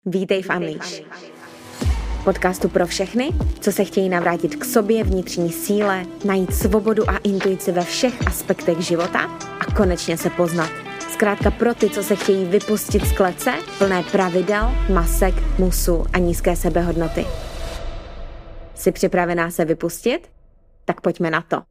Vítej v Unleash. Podcastu pro všechny, co se chtějí navrátit k sobě, vnitřní síle, najít svobodu a intuici ve všech aspektech života a konečně se poznat. Zkrátka pro ty, co se chtějí vypustit z klece, plné pravidel, masek, musu a nízké sebehodnoty. Jsi připravená se vypustit? Tak pojďme na to.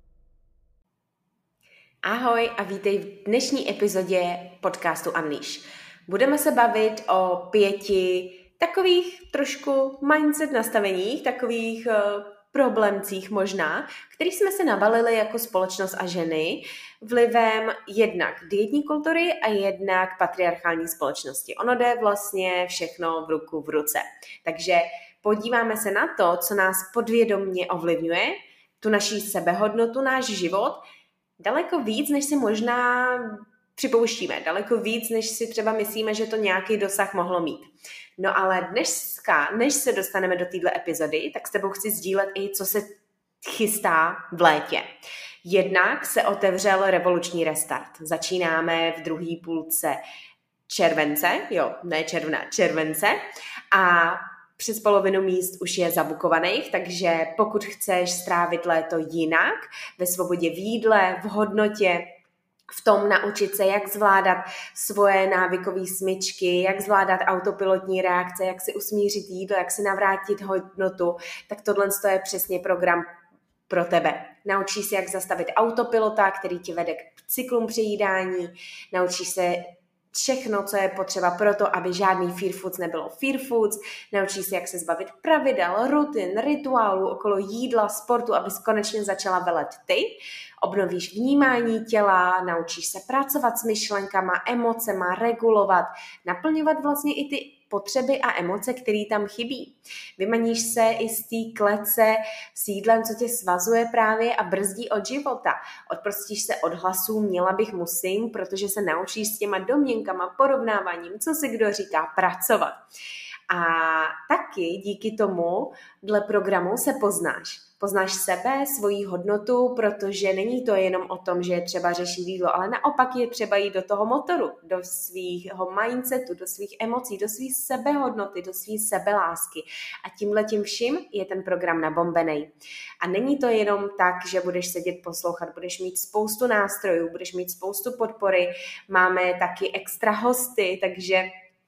Ahoj a vítej v dnešní epizodě podcastu Unleash. Budeme se bavit o 5 takových trošku mindset nastaveních, takových problémcích možná, který jsme se nabalili jako společnost a ženy vlivem jednak dietní kultury a jednak patriarchální společnosti. Ono jde vlastně všechno v ruku v ruce. Takže podíváme se na to, co nás podvědomě ovlivňuje, tu naši sebehodnotu, náš život, daleko víc, než si možná připouštíme, daleko víc, než si třeba myslíme, že to nějaký dosah mohlo mít. No ale dneska, než se dostaneme do této epizody, tak s tebou chci sdílet i, co se chystá v létě. Jednak se otevřel revoluční restart. Začínáme v druhé půlce července, července a přes polovinu míst už je zabukovaných, takže pokud chceš strávit léto jinak, ve svobodě v jídle, v hodnotě, v tom naučit se, jak zvládat svoje návykové smyčky, jak zvládat autopilotní reakce, jak si usmířit jídlo, jak si navrátit hodnotu, tak tohle je přesně program pro tebe. Naučíš se, jak zastavit autopilota, který ti vede k cyklům přejídání, naučíš se všechno, co je potřeba pro to, aby žádný fear foods nebylo fear foods, naučíš se, jak se zbavit pravidel, rutin, rituálů okolo jídla, sportu, abys konečně začala velet ty, obnovíš vnímání těla, naučíš se pracovat s myšlenkama, emocema, regulovat, naplňovat vlastně i ty potřeby a emoce, které tam chybí. Vymaníš se i z té klece s jídlem, co tě svazuje právě a brzdí od života. Odprostíš se od hlasů měla bych, musím, protože se naučíš s těma domněnkama, porovnáváním, co si kdo říká, pracovat. A taky díky tomu dle programu se poznáš. Poznáš sebe, svoji hodnotu, protože není to jenom o tom, že je třeba řešit jídlo, ale naopak je třeba jít do toho motoru, do svého mindsetu, do svých emocí, do svých sebehodnoty, do svých sebelásky. A tímhletím vším je ten program nabombený. A není to jenom tak, že budeš sedět poslouchat, budeš mít spoustu nástrojů, budeš mít spoustu podpory, máme taky extra hosty, takže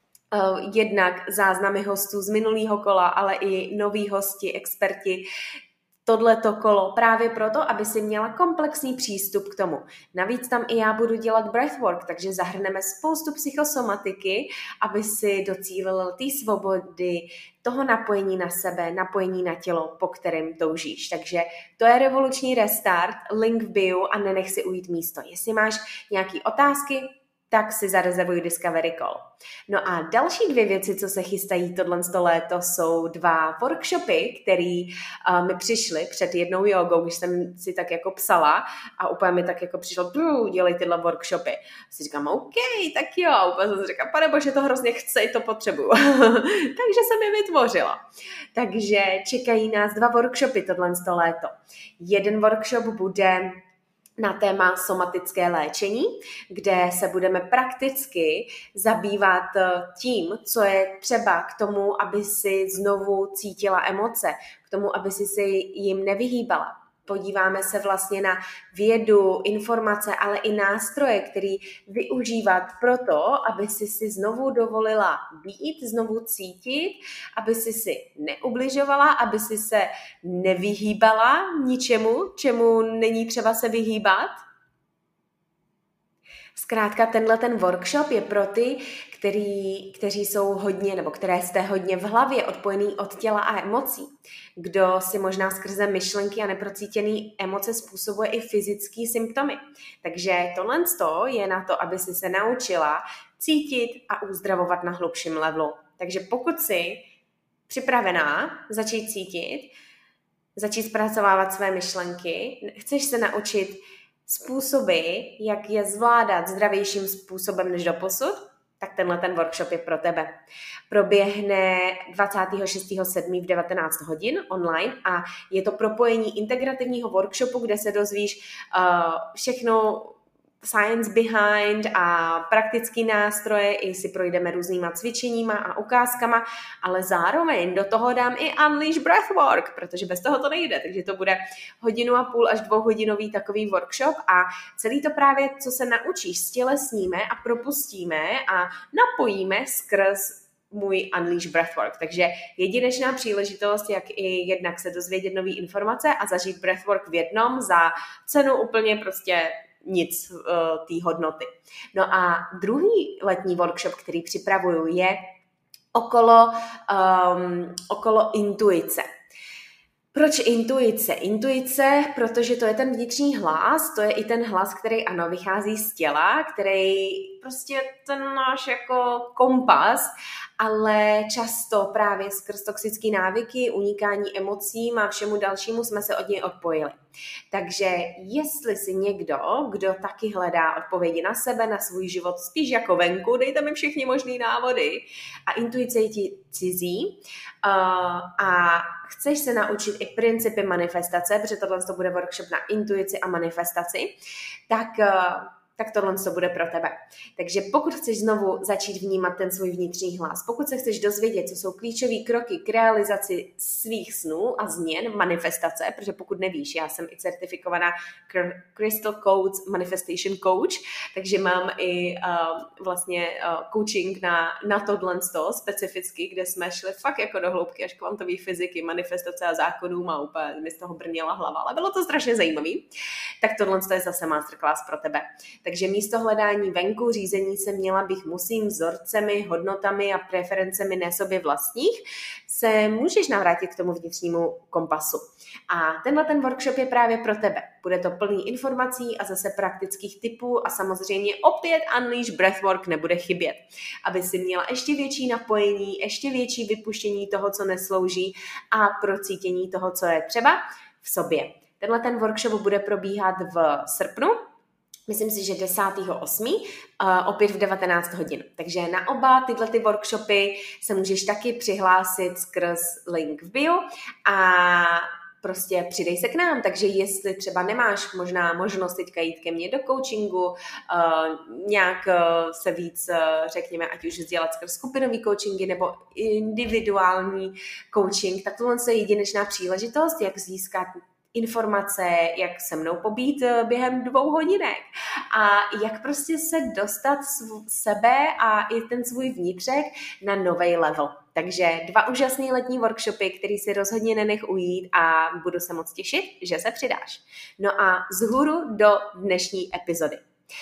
jednak záznamy hostů z minulého kola, ale i noví hosti, experti, tohleto kolo právě proto, aby si měla komplexní přístup k tomu. Navíc tam i já budu dělat breathwork, takže zahrneme spoustu psychosomatiky, aby si docílil té svobody, toho napojení na sebe, napojení na tělo, po kterém toužíš. Takže to je revoluční restart, link v bio a nenech si ujít místo. Jestli máš nějaké otázky, tak si zarezervuj Discovery Call. No a další 2 věci, co se chystají tohle léto, jsou 2 workshopy, které mi přišly před jednou jogou, když jsem si tak jako psala a úplně mi tak jako přišlo, dělej tyhle workshopy. Si říkám, OK, tak jo. A úplně jsem si říkala, panebože, to hrozně chce, to potřebuju. Takže jsem je vytvořila. Takže čekají nás 2 workshopy tohle léto. Jeden workshop bude na téma somatické léčení, kde se budeme prakticky zabývat tím, co je třeba k tomu, aby si znovu cítila emoce, k tomu, aby si se jim nevyhýbala. Podíváme se vlastně na vědu, informace, ale i nástroje, který využívat proto, aby si znovu dovolila být, znovu cítit, aby si neubližovala, aby si se nevyhýbala ničemu, čemu není třeba se vyhýbat. Zkrátka ten workshop je pro ty, kteří jsou hodně, nebo které jste hodně v hlavě odpojený od těla a emocí. Kdo si možná skrze myšlenky a neprocítěné emoce způsobuje i fyzické symptomy. Takže tohle je na to, aby si se naučila cítit a uzdravovat na hlubším levelu. Takže pokud jsi připravená začít cítit, začít zpracovávat své myšlenky, chceš se naučit způsoby, jak je zvládat zdravějším způsobem než doposud, tak ten workshop je pro tebe. Proběhne 26.7. v 19 hodin online a je to propojení integrativního workshopu, kde se dozvíš všechno science behind a praktický nástroje, i si projdeme různýma cvičeníma a ukázkama, ale zároveň do toho dám i Unleash Breathwork, protože bez toho to nejde, takže to bude 1,5 až 2hodinový takový workshop a celý to právě, co se naučíš, stělesníme a propustíme a napojíme skrz můj Unleash Breathwork. Takže jedinečná příležitost, jak i jednak se dozvědět nové informace a zažít Breathwork v jednom za cenu úplně prostě nic té hodnoty. No a druhý letní workshop, který připravuju, je okolo intuice. Proč intuice? Intuice, protože to je ten vnitřní hlas, to je i ten hlas, který ano, vychází z těla, který prostě ten náš jako kompas, ale často právě skrz toxické návyky, unikání emocím a všemu dalšímu jsme se od něj odpojili. Takže jestli si někdo, kdo taky hledá odpovědi na sebe, na svůj život, spíš jako venku, dejte mi všechny možný návody a intuice je ti cizí a chceš se naučit i principy manifestace, protože tohle to bude workshop na intuici a manifestaci, tak tohle to bude pro tebe. Takže pokud chceš znovu začít vnímat ten svůj vnitřní hlas, pokud se chceš dozvědět, co jsou klíčové kroky k realizaci svých snů a změn, manifestace, protože pokud nevíš, já jsem i certifikovaná Crystal Codes Manifestation Coach, takže mám i coaching na tohle specificky, kde jsme šli fakt jako do hloubky až kvantové fyziky, manifestace a zákonům a úplně mi z toho brněla hlava, ale bylo to strašně zajímavý. Tak tohle je zase masterclass pro tebe. Takže místo hledání venku, řízení se měla bych musím vzorcemi, hodnotami a preferencemi ne sobě vlastních, se můžeš navrátit k tomu vnitřnímu kompasu. A ten workshop je právě pro tebe. Bude to plný informací a zase praktických tipů a samozřejmě opět Unleash Breathwork nebude chybět, aby si měla ještě větší napojení, ještě větší vypuštění toho, co neslouží a procítění toho, co je třeba v sobě. Ten workshop bude probíhat v srpnu, myslím si, že 10.8. Opět v 19 hodin. Takže na oba tyhle ty workshopy se můžeš taky přihlásit skrz link v bio a prostě přidej se k nám, takže jestli třeba nemáš možná možnost teďka jít ke mně do coachingu, nějak se víc, řekněme, ať už dělat skrz skupinový coachingy nebo individuální coaching, tak tohle je jedinečná příležitost, jak získat informace, jak se mnou pobít během 2 hodinek a jak prostě se dostat sebe a i ten svůj vnitřek na nový level. Takže 2 úžasný letní workshopy, který si rozhodně nenech ujít a budu se moc těšit, že se přidáš. No a vzhůru do dnešní epizody.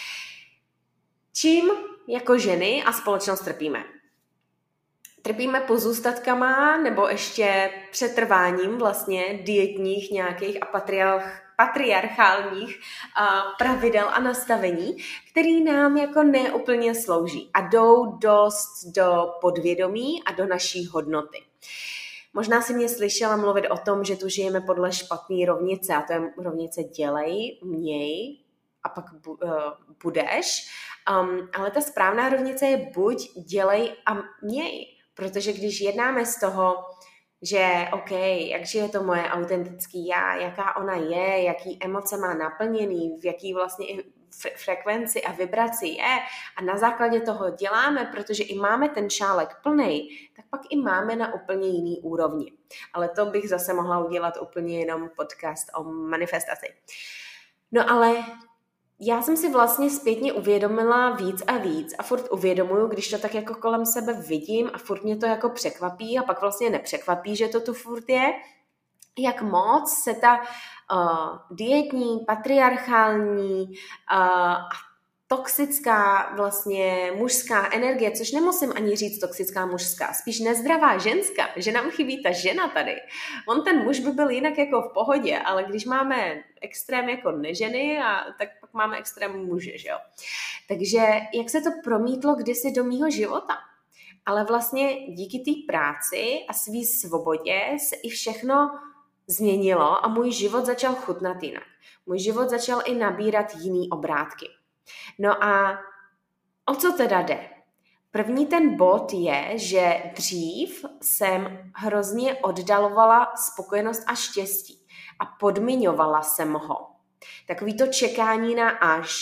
Čím jako ženy a společnost trpíme? Trpíme pozůstatkama nebo ještě přetrváním vlastně dietních nějakých a patriarchálních pravidel a nastavení, který nám jako neúplně slouží a jdou dost do podvědomí a do naší hodnoty. Možná si mě slyšela mluvit o tom, že tu žijeme podle špatné rovnice a to je rovnice dělej, měj a pak budeš, ale ta správná rovnice je buď dělej a měj. Protože když jednáme z toho, že OK, jakže je to moje autentický já, jaká ona je, jaký emoce má naplněný, v jaký vlastně i frekvenci a vibraci je a na základě toho děláme, protože i máme ten šálek plnej, tak pak i máme na úplně jiný úrovni. Ale to bych zase mohla udělat úplně jenom podcast o manifestaci. No ale já jsem si vlastně zpětně uvědomila víc a furt uvědomuju, když to tak jako kolem sebe vidím a furt mě to jako překvapí a pak vlastně nepřekvapí, že to tu furt je, jak moc se ta dietní, patriarchální a toxická vlastně mužská energie, což nemusím ani říct toxická mužská, spíš nezdravá ženská, že nám chybí ta žena tady. On ten muž by byl jinak jako v pohodě, ale když máme extrém jako neženy, tak pak máme extrém muže, že jo. Takže jak se to promítlo kdysi do mýho života? Ale vlastně díky té práci a svý svobodě se i všechno změnilo a můj život začal chutnat jinak. Můj život začal i nabírat jiný obrátky. No a o co teda jde? První ten bod je, že dřív jsem hrozně oddalovala spokojenost a štěstí a podmiňovala jsem ho. Takový to čekání na až.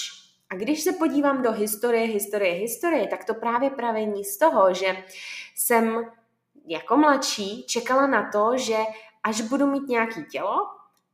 A když se podívám do historie, tak to právě pramení z toho, že jsem jako mladší čekala na to, že až budu mít nějaký tělo,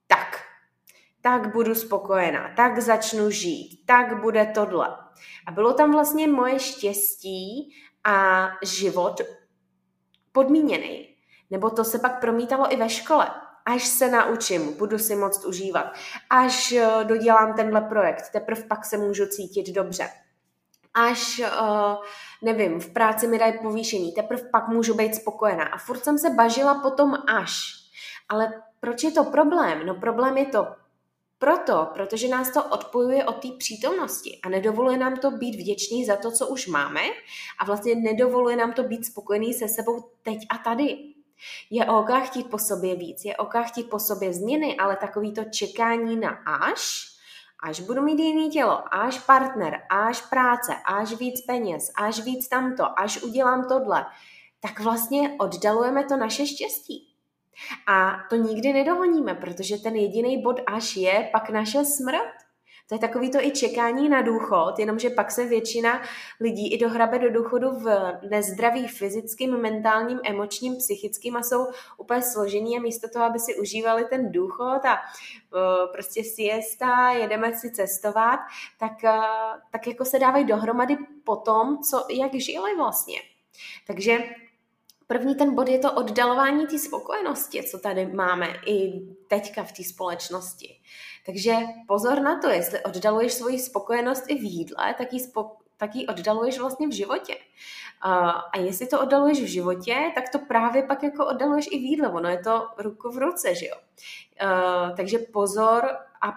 tak budu spokojená, tak začnu žít, tak bude tohle. A bylo tam vlastně moje štěstí a život podmíněný. Nebo to se pak promítalo i ve škole. Až se naučím, budu si moct užívat. Až dodělám tenhle projekt, teprve pak se můžu cítit dobře. Až, nevím, v práci mi dají povýšení, teprve pak můžu být spokojená. A furt jsem se bažila potom až. Ale proč je to problém? No problém je to protože nás to odpojuje od té přítomnosti a nedovoluje nám to být vděčný za to, co už máme a vlastně nedovoluje nám to být spokojený se sebou teď a tady. Je OK chtít po sobě víc, je OK chtít po sobě změny, ale takový to čekání na až budu mít jiný tělo, až partner, až práce, až víc peněz, až víc tamto, až udělám tohle, tak vlastně oddalujeme to naše štěstí. A to nikdy nedohoníme, protože ten jediný bod až je pak naše smrt. To je takový to i čekání na důchod, jenomže pak se většina lidí i dohrabe do důchodu v nezdraví fyzickým, mentálním, emočním, psychickým a jsou úplně složení a místo toho, aby si užívali ten důchod a prostě siesta, jedeme si cestovat, tak jako se dávají dohromady po tom, jak žili vlastně. Takže první ten bod je to oddalování té spokojenosti, co tady máme i teďka v té společnosti. Takže pozor na to, jestli oddaluješ svoji spokojenost i v jídle, tak ji oddaluješ vlastně v životě. A jestli to oddaluješ v životě, tak to právě pak jako oddaluješ i v jídle. Ono je to ruku v ruce, že jo. Takže pozor a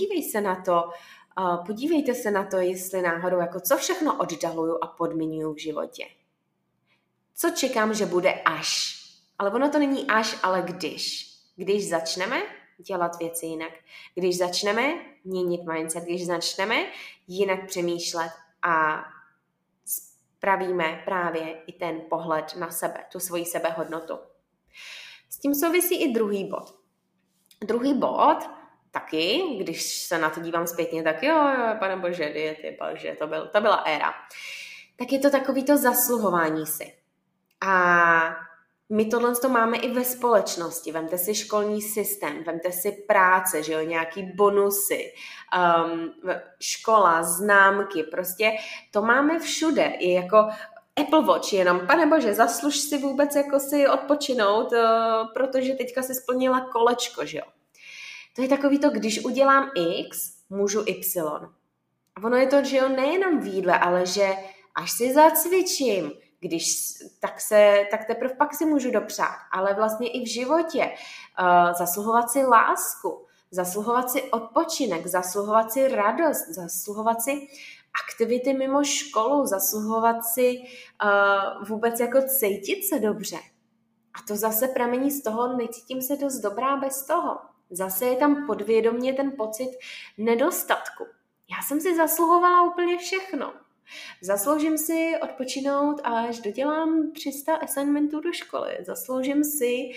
podívejte se na to, jestli náhodou, jako co všechno oddaluju a podmiňuju v životě. Co čekám, že bude až. Ale ono to není až, ale když. Když začneme dělat věci jinak. Když začneme měnit mindset, když začneme jinak přemýšlet a spravíme právě i ten pohled na sebe, tu svoji sebehodnotu. S tím souvisí i druhý bod. Druhý bod taky, když se na to dívám zpětně, tak jo, pane bože, diety, bože, to byla éra. Tak je to takový to zasluhování si. A my tohle máme i ve společnosti. Vemte si školní systém, vemte si práce, že jo, nějaký bonusy, škola, známky, prostě to máme všude. I jako Apple Watch, jenom, pane bože, zasluž si vůbec jako si odpočinout, protože teďka si splnila kolečko, že jo. To je takový to, když udělám X, můžu Y. A ono je to, že jo, nejenom v jídle, ale že až si zacvičím, tak teprve pak si můžu dopřát, ale vlastně i v životě zasluhovat si lásku, zasluhovat si odpočinek, zasluhovat si radost, zasluhovat si aktivity mimo školu, zasluhovat si vůbec jako cítit se dobře. A to zase pramení z toho, necítím se dost dobrá bez toho. Zase je tam podvědomě ten pocit nedostatku. Já jsem si zasluhovala úplně všechno. Zasloužím si odpočinout, až dodělám 300 assignmentů do školy. Zasloužím si,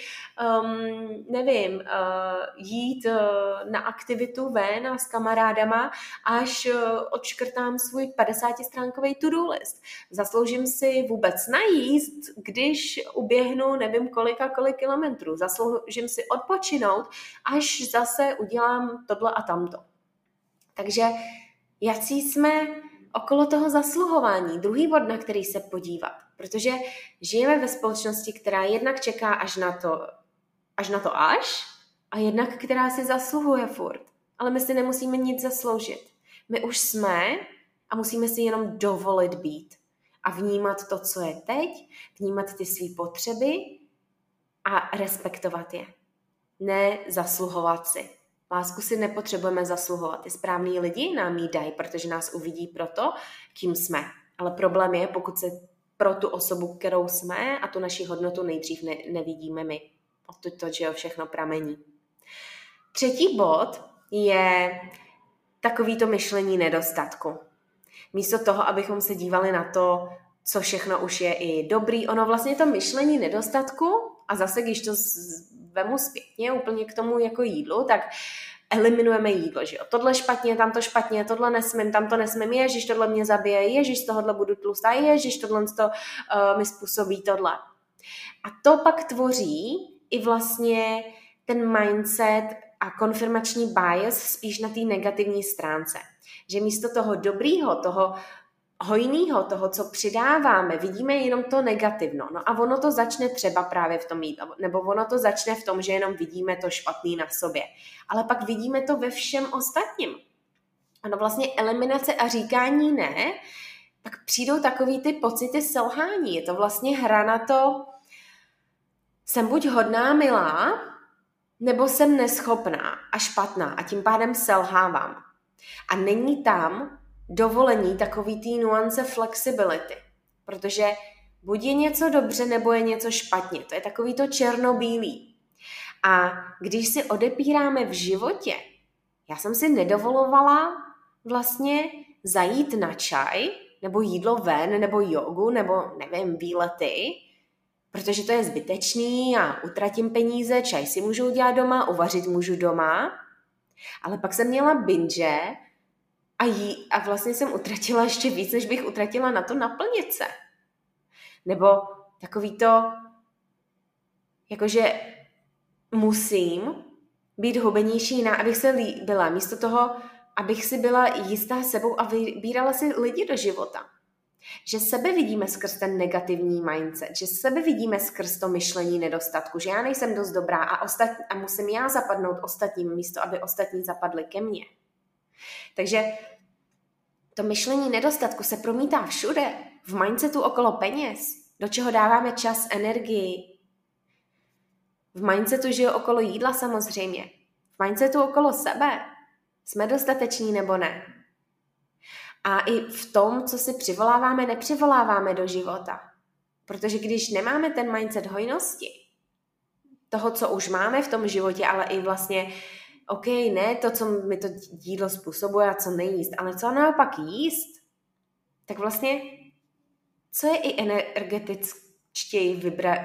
jít na aktivitu ven a s kamarádama, až odškrtám svůj 50stránkový to-do list. Zasloužím si vůbec najíst, když uběhnu nevím kolik kilometrů. Zasloužím si odpočinout, až zase udělám tohle a tamto. Takže jací jsme okolo toho zasluhování, druhý bod, na který se podívat, protože žijeme ve společnosti, která jednak čeká až na to a jednak, která si zasluhuje furt. Ale my si nemusíme nic zasloužit. My už jsme a musíme si jenom dovolit být a vnímat to, co je teď, vnímat ty svý potřeby a respektovat je. Ne zasluhovat si. Lásku si nepotřebujeme zasluhovat. Ty správný lidi nám ji dají, protože nás uvidí proto, kým jsme. Ale problém je, pokud se pro tu osobu, kterou jsme a tu naši hodnotu nejdřív nevidíme my. Odtud to, že jo, všechno pramení. Třetí bod je takovýto myšlení nedostatku. Místo toho, abychom se dívali na to, co všechno už je i dobrý, ono vlastně to myšlení nedostatku, a zase, když to vemu zpětně úplně k tomu jako jídlu, tak eliminujeme jídlo, že jo. Tohle špatně, tamto špatně, tohle nesmím, tamto nesmím, ježiš, tohle mě zabije, ježiš, z tohohle budu tlustá, ježiš, tohle mi způsobí tohle. A to pak tvoří i vlastně ten mindset a konfirmační bias spíš na té negativní stránce. Že místo toho dobrýho, toho hojného, toho, co přidáváme, vidíme jenom to negativno. No a ono to začne třeba právě v tom jídlu, nebo ono to začne v tom, že jenom vidíme to špatný na sobě. Ale pak vidíme to ve všem ostatním. Ono vlastně eliminace a říkání ne, pak přijdou takový ty pocity selhání. Je to vlastně hra na to, jsem buď hodná, milá, nebo jsem neschopná a špatná a tím pádem selhávám. A není tam dovolení takový té nuance flexibility, protože buď je něco dobře, nebo je něco špatně. To je takový to černobílý. A když si odepíráme v životě, já jsem si nedovolovala vlastně zajít na čaj, nebo jídlo ven, nebo jogu, nebo nevím, výlety, protože to je zbytečný a utratím peníze, čaj si můžu udělat doma, uvařit můžu doma, ale pak jsem měla binge a vlastně jsem utratila ještě víc, než bych utratila na to naplnit se. Nebo takový to, jakože musím být hubenější, abych se líbila, místo toho, abych si byla jistá sebou a vybírala si lidi do života. Že sebe vidíme skrz ten negativní mindset, že sebe vidíme skrz to myšlení nedostatku, že já nejsem dost dobrá a musím já zapadnout ostatním místo, aby ostatní zapadli ke mně. Takže to myšlení nedostatku se promítá všude, v mindsetu okolo peněz, do čeho dáváme čas, energii, v mindsetu, že je okolo jídla samozřejmě, v mindsetu okolo sebe, jsme dostateční nebo ne. A i v tom, co si přivoláváme, nepřivoláváme do života. Protože když nemáme ten mindset hojnosti, toho, co už máme v tom životě, ale i vlastně, OK, ne to, co mi to jídlo způsobuje a co nejíst, ale co naopak jíst, tak vlastně, co je i energetičtěji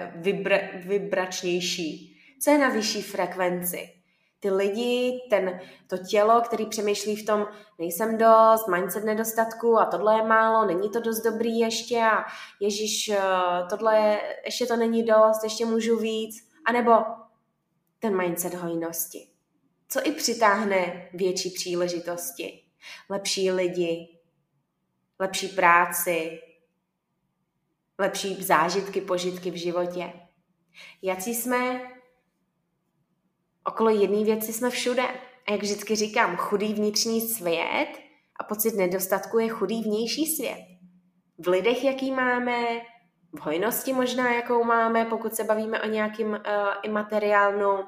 vibračnější, co je na vyšší frekvenci. Ty lidi, to tělo, který přemýšlí v tom, nejsem dost, mindset nedostatku a tohle je málo, není to dost dobrý ještě a ježiš, ještě to není dost, ještě můžu víc. A nebo ten mindset hojnosti. Co i přitáhne větší příležitosti, lepší lidi, lepší práci, lepší zážitky, požitky v životě. Jací jsme okolo jedné věci jsme všude. A jak vždycky říkám, chudý vnitřní svět a pocit nedostatku je chudý vnější svět. V lidech, jaký máme, v hojnosti možná, jakou máme, pokud se bavíme o nějakým imateriálnu,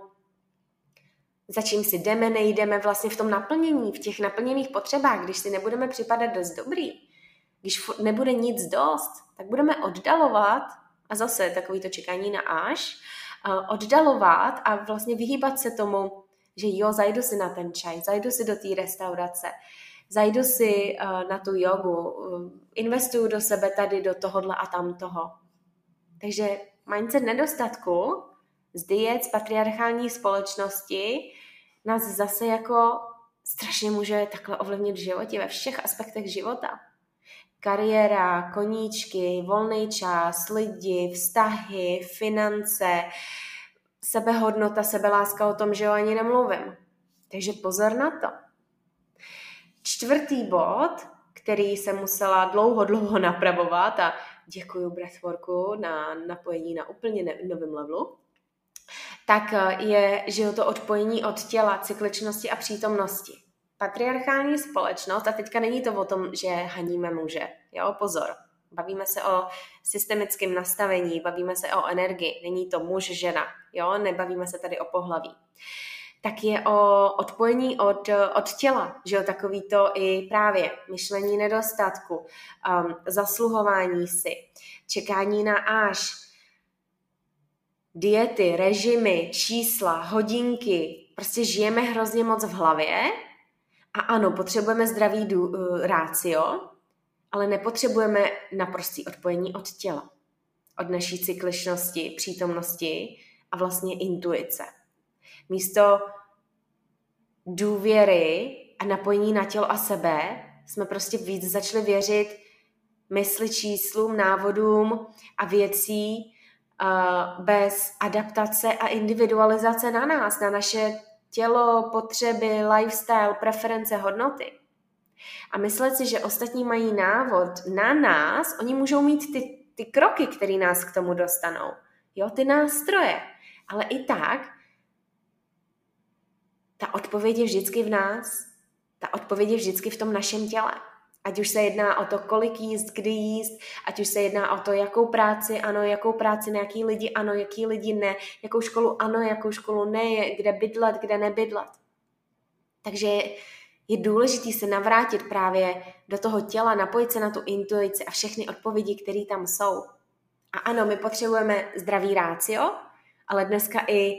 za čím si jdeme, nejdeme vlastně v tom naplnění, v těch naplněných potřebách, když si nebudeme připadat dost dobrý, když nebude nic dost, tak budeme oddalovat a zase takový to čekání na až, oddalovat a vlastně vyhýbat se tomu, že jo, zajdu si na ten čaj, zajdu si do té restaurace, zajdu si na tu jogu, investuju do sebe tady, do tohodle a tamtoho. Takže mindset nedostatku z diet, z patriarchální společnosti nás zase jako strašně může takhle ovlivnit v životě, ve všech aspektech života. Kariéra, koníčky, volný čas, lidi, vztahy, finance, sebehodnota, sebeláska, o tom, že jo, ani nemluvím. Takže pozor na to. 4. bod, který jsem musela dlouho napravovat a děkuji Breathworku na napojení na úplně novém levelu, tak je, že je to odpojení od těla, cykličnosti a přítomnosti. Patriarchální společnost, a teďka není to o tom, že haníme muže, jo, pozor. Bavíme se o systemickém nastavení, bavíme se o energii, není to muž, žena, jo, nebavíme se tady o pohlaví. Tak je o odpojení od těla, že jo, takový to i právě myšlení nedostatku, zasluhování si, čekání na až, diety, režimy, čísla, hodinky, prostě žijeme hrozně moc v hlavě a ano, potřebujeme zdravý rácio, ale nepotřebujeme naprostý odpojení od těla, od naší cykličnosti, přítomnosti a vlastně intuice. Místo důvěry a napojení na tělo a sebe jsme prostě víc začali věřit mysli, číslům, návodům a věcí bez adaptace a individualizace na nás, na naše tělo, potřeby, lifestyle, preference, hodnoty. A myslet si, že ostatní mají návod na nás, oni můžou mít ty kroky, které nás k tomu dostanou. Jo, ty nástroje. Ale i tak, ta odpověď je vždycky v nás. Ta odpověď je vždycky v tom našem těle. Ať už se jedná o to, kolik jíst, kdy jíst, ať už se jedná o to, jakou práci ano, jakou práci ne, jaký lidi ano, jaký lidi ne, jakou školu ano, jakou školu ne, kde bydlet, kde nebydlet. Takže je důležité se navrátit právě do toho těla, napojit se na tu intuici a všechny odpovědi, které tam jsou. A ano, my potřebujeme zdravý rácio, ale dneska i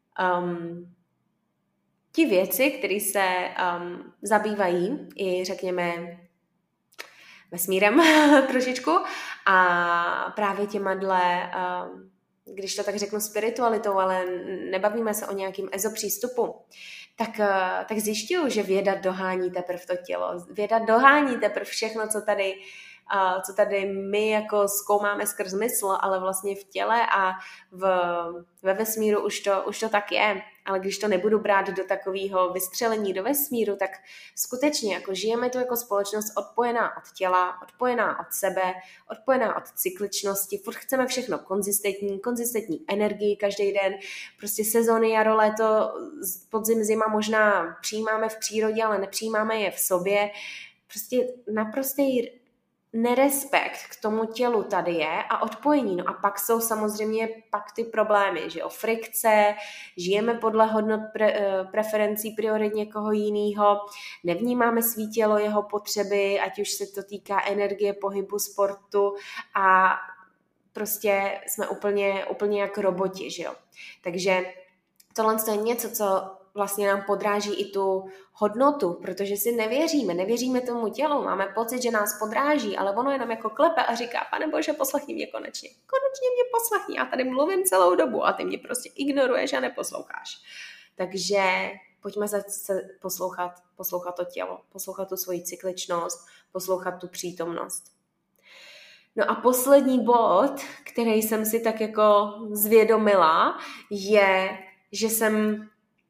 ti věci, které se zabývají i řekněme vesmírem trošičku a právě těmadle, když to tak řeknu spiritualitou, ale nebavíme se o nějakým ezopřístupu, tak zjišťuju, že věda dohání teprve to tělo. Věda dohání teprve všechno, co tady my jako zkoumáme skrz mysl, ale vlastně v těle a ve vesmíru už to tak je. Ale když to nebudu brát do takového vystřelení do vesmíru, tak skutečně jako žijeme tu jako společnost odpojená od těla, odpojená od sebe, odpojená od cykličnosti. Furt chceme všechno konzistentní energii každý den. Prostě sezóny, jaro, léto, podzim, zima možná přijímáme v přírodě, ale nepřijímáme je v sobě. Prostě naprostý nerespekt k tomu tělu tady je a odpojení. No a pak jsou samozřejmě pak ty problémy, že jo, frikce, žijeme podle hodnot preferencí priorit někoho jiného, nevnímáme svý tělo, jeho potřeby, ať už se to týká energie, pohybu, sportu a prostě jsme úplně jak roboti, že jo. Takže tohle je něco, co vlastně nám podráží i tu hodnotu, protože si nevěříme tomu tělu, máme pocit, že nás podráží, ale ono jenom jako klepe a říká, Pane Bože, poslechni mě konečně mě poslechni, já tady mluvím celou dobu a ty mě prostě ignoruješ a neposloucháš. Takže pojďme se poslouchat to tělo, poslouchat tu svoji cykličnost, poslouchat tu přítomnost. No a poslední bod, který jsem si tak jako zvědomila, je, že jsem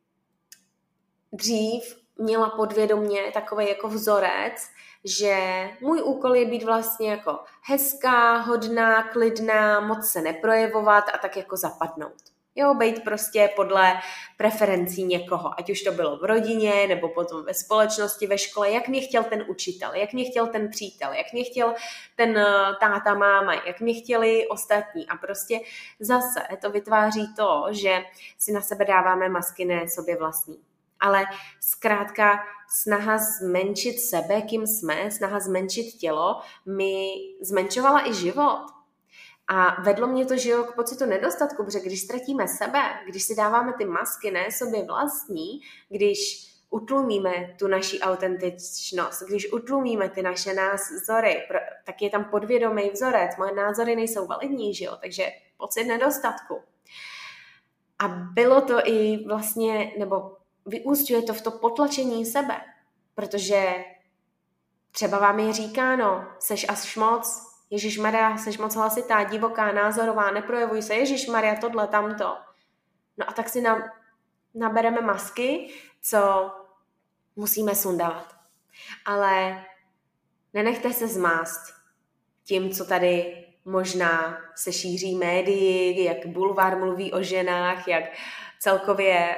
dřív měla podvědomě takový jako vzorec, že můj úkol je být vlastně jako hezká, hodná, klidná, moc se neprojevovat a tak jako zapadnout. Jo, být prostě podle preferencí někoho, ať už to bylo v rodině, nebo potom ve společnosti, ve škole, jak mě chtěl ten učitel, jak mě chtěl ten přítel, jak mě chtěl ten táta, máma, jak mě chtěli ostatní. A prostě zase to vytváří to, že si na sebe dáváme masky, ne sobě vlastní. Ale zkrátka snaha zmenšit sebe, kým jsme, snaha zmenšit tělo, mi zmenšovala i život. A vedlo mě to, že jo, k pocitu nedostatku, protože když ztratíme sebe, když si dáváme ty masky, ne sobě vlastní, když utlumíme tu naši autentičnost, když utlumíme ty naše názory, tak je tam podvědomý vzorec, moje názory nejsou validní, že jo, takže pocit nedostatku. A bylo to i vlastně, nebo vyúsťuje to v to potlačení sebe, protože třeba vám je říkáno, seš až moc, Ježišmarja, seš moc hlasitá, divoká, názorová, neprojevuj se, Ježišmarja, tohle, tamto. No a tak si nabereme masky, co musíme sundávat. Ale nenechte se zmást tím, co tady možná se šíří médii, jak bulvár mluví o ženách, jak celkově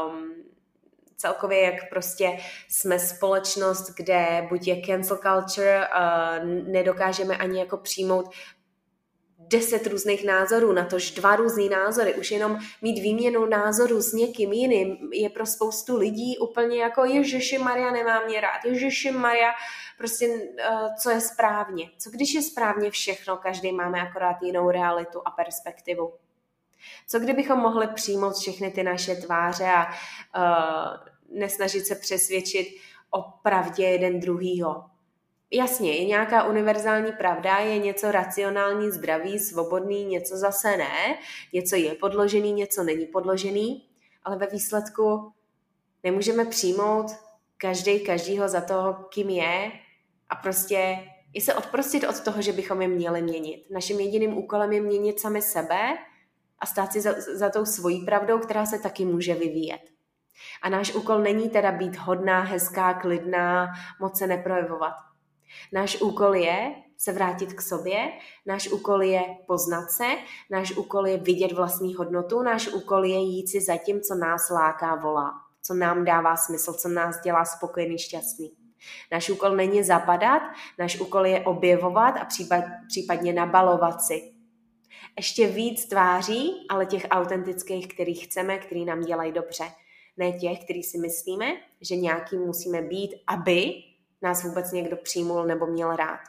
jak prostě jsme společnost, kde buď je cancel culture, nedokážeme ani jako přijmout 10 různých názorů, natož 2 různý názory. Už jenom mít výměnu názorů s někým jiným je pro spoustu lidí úplně jako Ježišimarja, nemám mě rád, Ježišimarja, prostě co je správně. Co když je správně všechno, každý máme akorát jinou realitu a perspektivu. Co kdybychom mohli přijmout všechny ty naše tváře a nesnažit se přesvědčit o pravdě jeden druhýho. Jasně, je nějaká univerzální pravda, je něco racionální, zdravý, svobodný, něco zase ne, něco je podložený, něco není podložený, ale ve výsledku Nemůžeme přijmout každýho za toho, kým je a prostě i se odprostit od toho, že bychom je měli měnit. Naším jediným úkolem je měnit sami sebe a stát si za tou svojí pravdou, která se taky může vyvíjet. A náš úkol není teda být hodná, hezká, klidná, moc se neprojevovat. Náš úkol je se vrátit k sobě, náš úkol je poznat se, náš úkol je vidět vlastní hodnotu, náš úkol je jít si za tím, co nás láká, volá, co nám dává smysl, co nás dělá spokojený, šťastný. Náš úkol není zapadat, náš úkol je objevovat a případně nabalovat si. Ještě víc tváří, ale těch autentických, kterých chceme, který nám dělají dobře. Ne těch, který si myslíme, že nějaký musíme být, aby nás vůbec někdo přijmul nebo měl rád.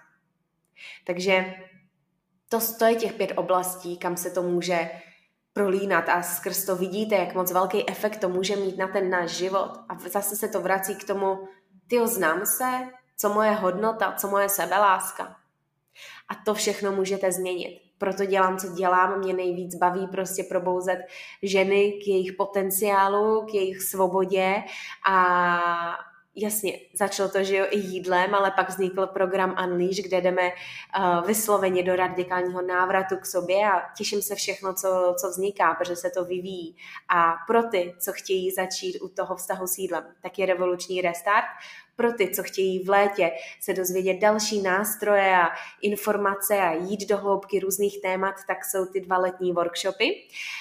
Takže to je těch 5 oblastí, kam se to může prolínat a skrz to vidíte, jak moc velký efekt to může mít na ten náš život. A zase se to vrací k tomu, znám se, co moje hodnota, co moje sebeláska. A to všechno můžete změnit. Proto dělám, co dělám. Mě nejvíc baví prostě probouzet ženy k jejich potenciálu, k jejich svobodě a jasně, začalo to, že jo, i jídlem, ale pak vznikl program Unleash, kde jdeme vysloveně do radikálního návratu k sobě a těším se všechno, co vzniká, protože se to vyvíjí. A pro ty, co chtějí začít u toho vztahu s jídlem, tak je revoluční restart. Pro ty, co chtějí v létě se dozvědět další nástroje a informace a jít do hloubky různých témat, tak jsou ty 2 letní workshopy.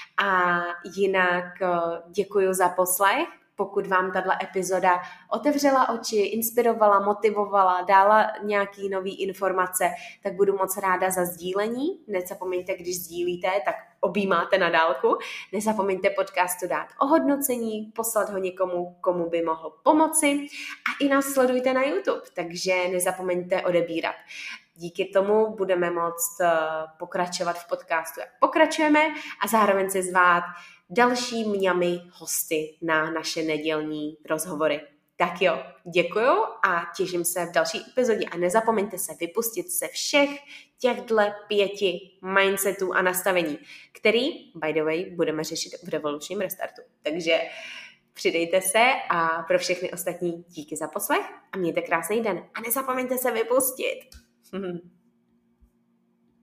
A jinak děkuji za poslech. Pokud vám tato epizoda otevřela oči, inspirovala, motivovala, dala nějaký nový informace, tak budu moc ráda za sdílení. Nezapomeňte, když sdílíte, tak objímáte na dálku. Nezapomeňte podcastu dát ohodnocení, poslat ho někomu, komu by mohl pomoci a i nás sledujte na YouTube, takže nezapomeňte odebírat. Díky tomu budeme moct pokračovat v podcastu, jak pokračujeme a zároveň se zvát další mňamy hosty na naše nedělní rozhovory. Tak jo, děkuju a těším se v další epizodě a nezapomeňte se vypustit se všech těchto 5 mindsetů a nastavení, který, by the way, budeme řešit v revolučním restartu. Takže přidejte se a pro všechny ostatní díky za poslech a mějte krásný den a nezapomeňte se vypustit.